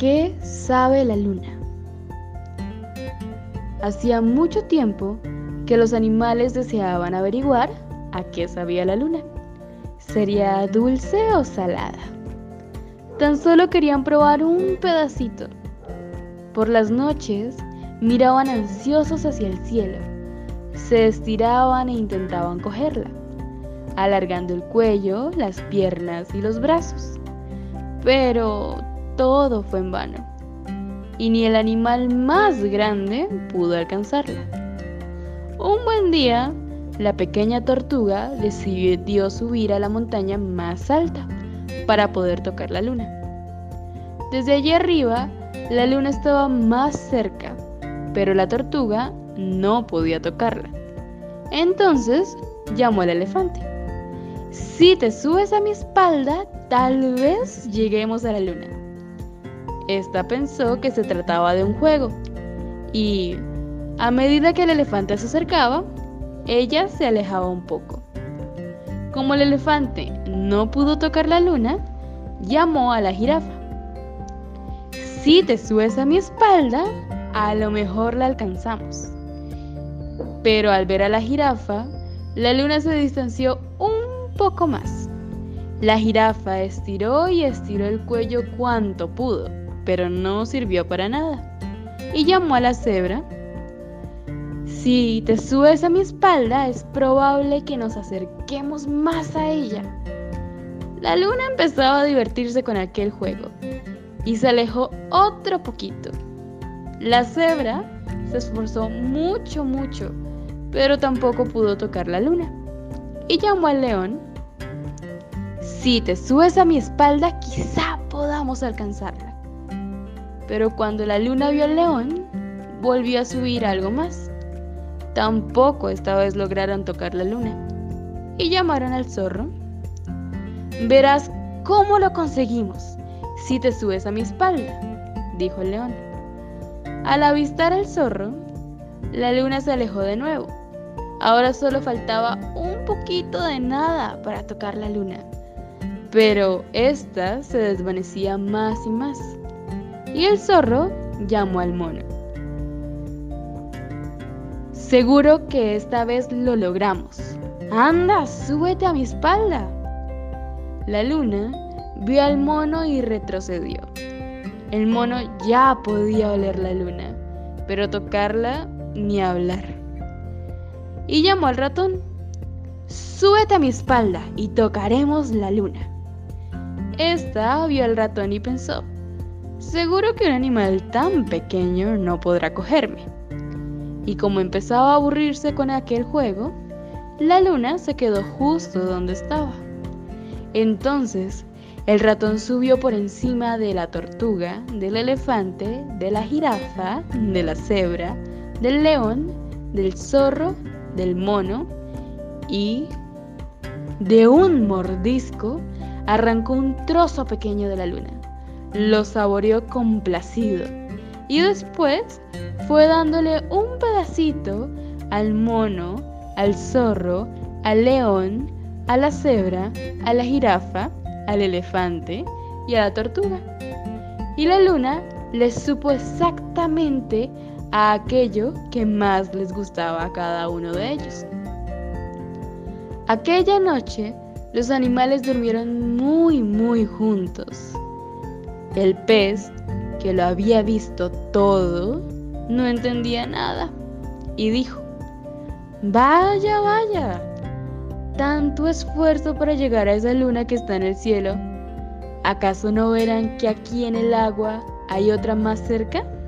qué sabe la luna? Hacía mucho tiempo que los animales deseaban averiguar a qué sabía la luna. ¿Sería dulce o salada? Tan solo querían probar un pedacito. Por las noches miraban ansiosos hacia el cielo, se estiraban e intentaban cogerla, alargando el cuello, las piernas y los brazos. Pero todo fue en vano, y ni el animal más grande pudo alcanzarla. Un buen día, la pequeña tortuga decidió subir a la montaña más alta para poder tocar la luna. Desde allí arriba, la luna estaba más cerca, pero la tortuga no podía tocarla. Entonces llamó al elefante. Si te subes a mi espalda, tal vez lleguemos a la luna. Esta pensó que se trataba de un juego, y a medida que el elefante se acercaba, ella se alejaba un poco. Como el elefante no pudo tocar la luna, llamó a la jirafa. Si te subes a mi espalda, a lo mejor la alcanzamos. Pero al ver a la jirafa, la luna se distanció un poco más. La jirafa estiró y estiró el cuello cuanto pudo, pero no sirvió para nada. Y llamó a la cebra. Si te subes a mi espalda, es probable que nos acerquemos más a ella. La luna empezaba a divertirse con aquel juego y se alejó otro poquito. La cebra se esforzó mucho, pero tampoco pudo tocar la luna. Y llamó al león. Si te subes a mi espalda, quizá podamos alcanzarla. Pero cuando la luna vio al león, volvió a subir algo más. Tampoco esta vez lograron tocar la luna. Y llamaron al zorro. Verás cómo lo conseguimos si te subes a mi espalda, dijo el león. Al avistar al zorro, la luna se alejó de nuevo. Ahora solo faltaba un poquito de nada para tocar la luna, pero esta se desvanecía más y más. Y el zorro llamó al mono. Seguro que esta vez lo logramos. Anda, súbete a mi espalda. La luna vio al mono y retrocedió. El mono ya podía oler la luna, pero tocarla ni hablar. Y llamó al ratón. Súbete a mi espalda y tocaremos la luna. Esta vio al ratón y pensó: seguro que un animal tan pequeño no podrá cogerme. Y como empezaba a aburrirse con aquel juego, la luna se quedó justo donde estaba. Entonces, el ratón subió por encima de la tortuga, del elefante, de la jirafa, de la cebra, del león, del zorro, del mono y, de un mordisco, arrancó un trozo pequeño de la luna. Lo saboreó complacido y después fue dándole un pedacito al mono, al zorro, al león, a la cebra, a la jirafa, al elefante y a la tortuga. Y la luna les supo exactamente a aquello que más les gustaba a cada uno de ellos. Aquella noche los animales durmieron muy juntos. El pez, que lo había visto todo, no entendía nada y dijo: vaya, tanto esfuerzo para llegar a esa luna que está en el cielo. ¿Acaso no verán que aquí en el agua hay otra más cerca?